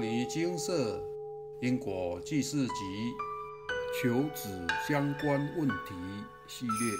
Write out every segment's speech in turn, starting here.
尼精舍因果记事集求子相关问题系列。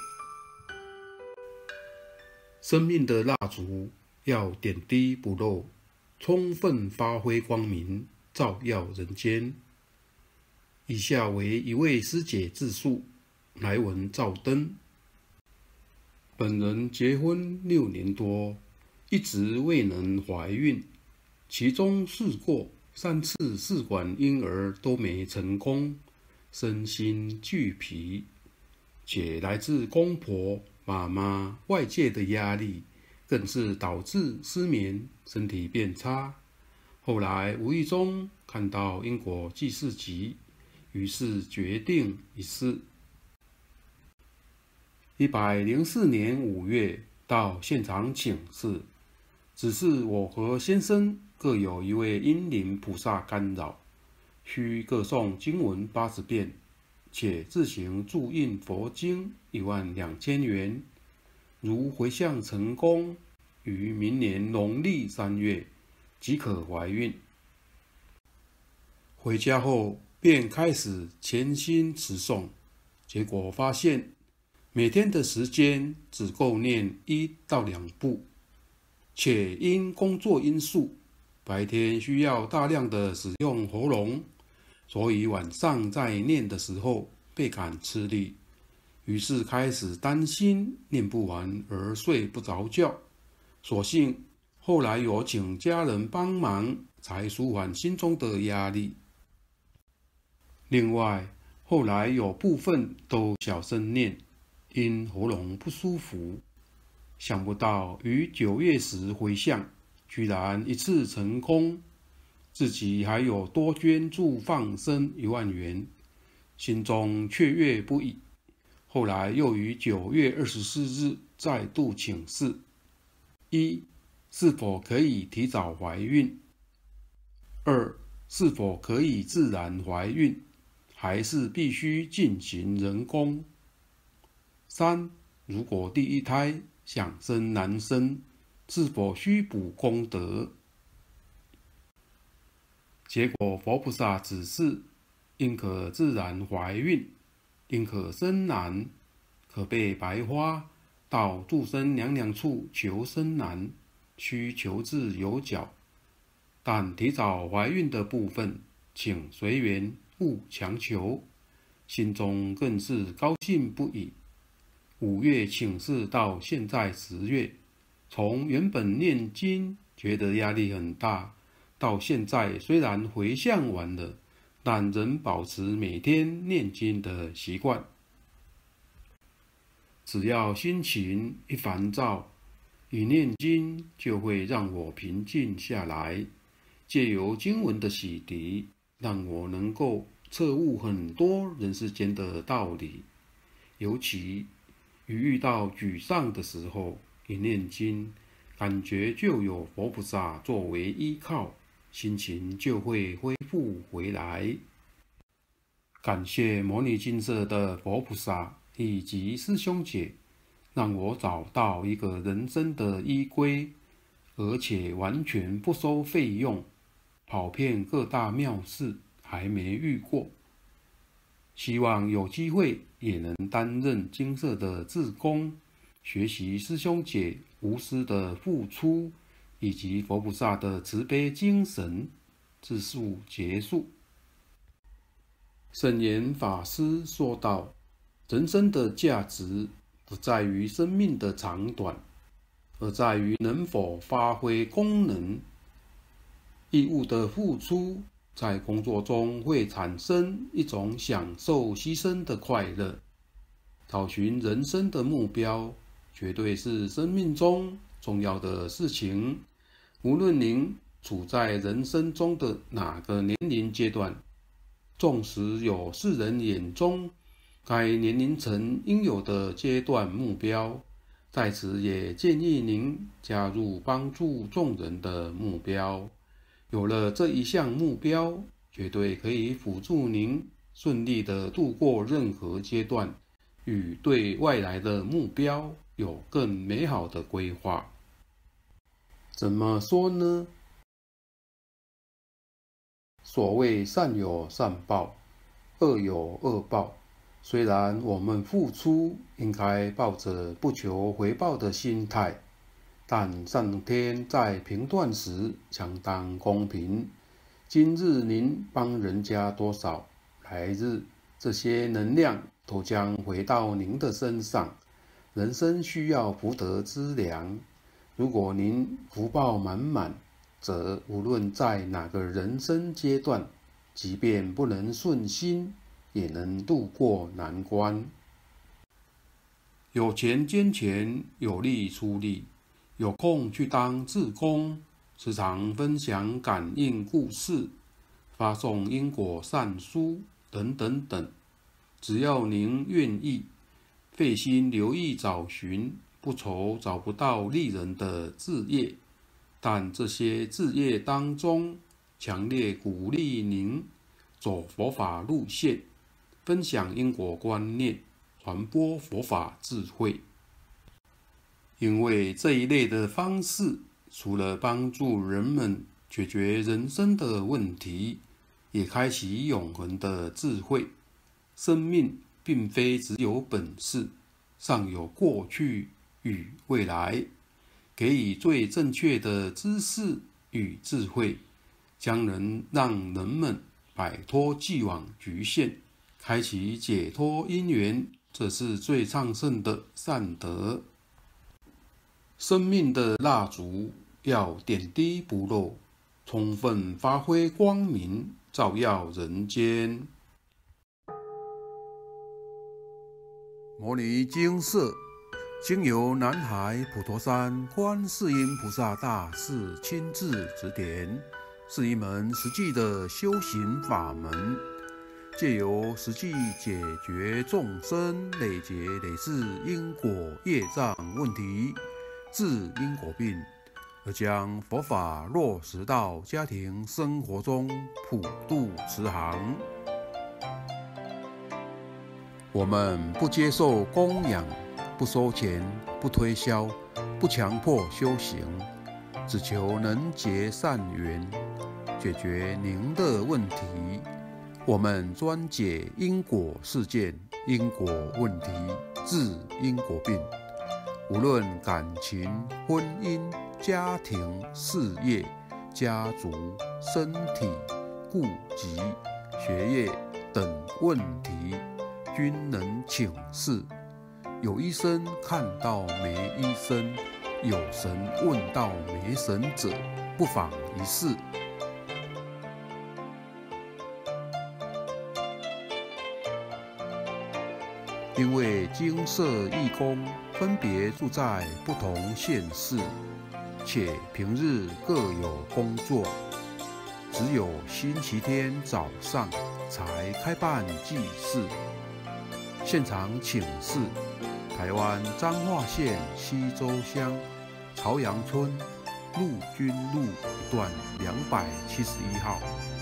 生命的蜡烛要点滴不漏，充分发挥光明，照耀人间。以下为一位师姐自述，来文照灯。本人结婚6年多，一直未能怀孕，其中试过3次试管婴儿都没成功，身心俱疲，且来自公婆、妈妈、外界的压力，更是导致失眠，身体变差。后来无意中看到因果记事集，于是决定一试。104年5月到现场请示，只是我和先生各有一位阴灵菩萨干扰，需各诵经文80遍，且自行注印佛经12000元。如回向成功，于明年农历3月即可怀孕。回家后便开始潜心持诵，结果发现每天的时间只够念1到2部，且因工作因素，白天需要大量的使用喉咙，所以晚上在念的时候倍感吃力，于是开始担心念不完而睡不着觉。所幸后来有请家人帮忙，才舒缓心中的压力。另外，后来有部分都小声念，因喉咙不舒服。想不到于9月时回向，居然一次成功，自己还有多捐助放生1万元，心中雀跃不已。后来又于9月24日再度请示：一、是否可以提早怀孕？2、是否可以自然怀孕，还是必须进行人工？3、如果第一胎想生男生，是否需补功德？结果佛菩萨指示，应可自然怀孕，应可生男，可备白花到祝生娘娘处求生男，需求至有脚。但提早怀孕的部分，请随缘，勿强求。心中更是高兴不已。5月请示到现在10月，从原本念经觉得压力很大，到现在虽然回向完了，但仍保持每天念经的习惯。只要心情一烦躁，一念经就会让我平静下来，借由经文的洗涤，让我能够彻悟很多人世间的道理。尤其于遇到沮丧的时候，一念经，感觉就有佛菩萨作为依靠，心情就会恢复回来。感谢摩尼精舍的佛菩萨以及师兄姐，让我找到一个人生的依归，而且完全不收费用，跑遍各大庙寺还没遇过。希望有机会也能担任精舍的志工，学习师兄姐无私的付出，以及佛菩萨的慈悲精神。自述结束。圣严法师说道：人生的价值不在于生命的长短，而在于能否发挥功能。义务的付出在工作中会产生一种享受牺牲的快乐。找寻人生的目标，绝对是生命中重要的事情。无论您处在人生中的哪个年龄阶段，纵使有世人眼中该年龄层应有的阶段目标，在此也建议您加入帮助众人的目标。有了这一项目标，绝对可以辅助您顺利地度过任何阶段，与对外来的目标有更美好的规划。怎么说呢？ 所谓善有善报，恶有恶报。虽然我们付出应该抱着不求回报的心态，但上天在评断时相当公平。今日您帮人家多少，来日这些能量都将回到您的身上。人生需要福德之粮，如果您福报满满，则无论在哪个人生阶段，即便不能顺心，也能度过难关。有钱捐钱，有力出力，有空去当志工，时常分享感应故事，发送因果善书等等等。只要您愿意，费心留意找寻，不愁找不到利人的志业。但这些志业当中，强烈鼓励您走佛法路线，分享因果观念，传播佛法智慧。因为这一类的方式，除了帮助人们解决人生的问题，也开启永恒的智慧。生命并非只有本事，尚有过去与未来。给予最正确的知识与智慧，将能让人们摆脱既往局限，开启解脱因缘，这是最昌盛的善德。生命的蜡烛要点滴不漏，充分发挥光明，照耀人间。摩尼精舍经由南海普陀山观世音菩萨大士亲自指点，是一门实际的修行法门，借由实际解决众生累劫累世因果业障问题，治因果病，而将佛法落实到家庭生活中，普度慈航。我们不接受供养，不收钱，不推销，不强迫修行，只求能结善缘，解决您的问题。我们专解因果事件、因果问题，治因果病。无论感情、婚姻、家庭、事业、家族、身体、顾及、学业等问题，均能请示。有医生看到没医生，有神问到没神者，不妨一试。因为精舍义工分别住在不同县市，且平日各有工作，只有星期天早上才开办祭祀。现场请示台湾彰化县溪州乡朝阳村陆军路一段271号。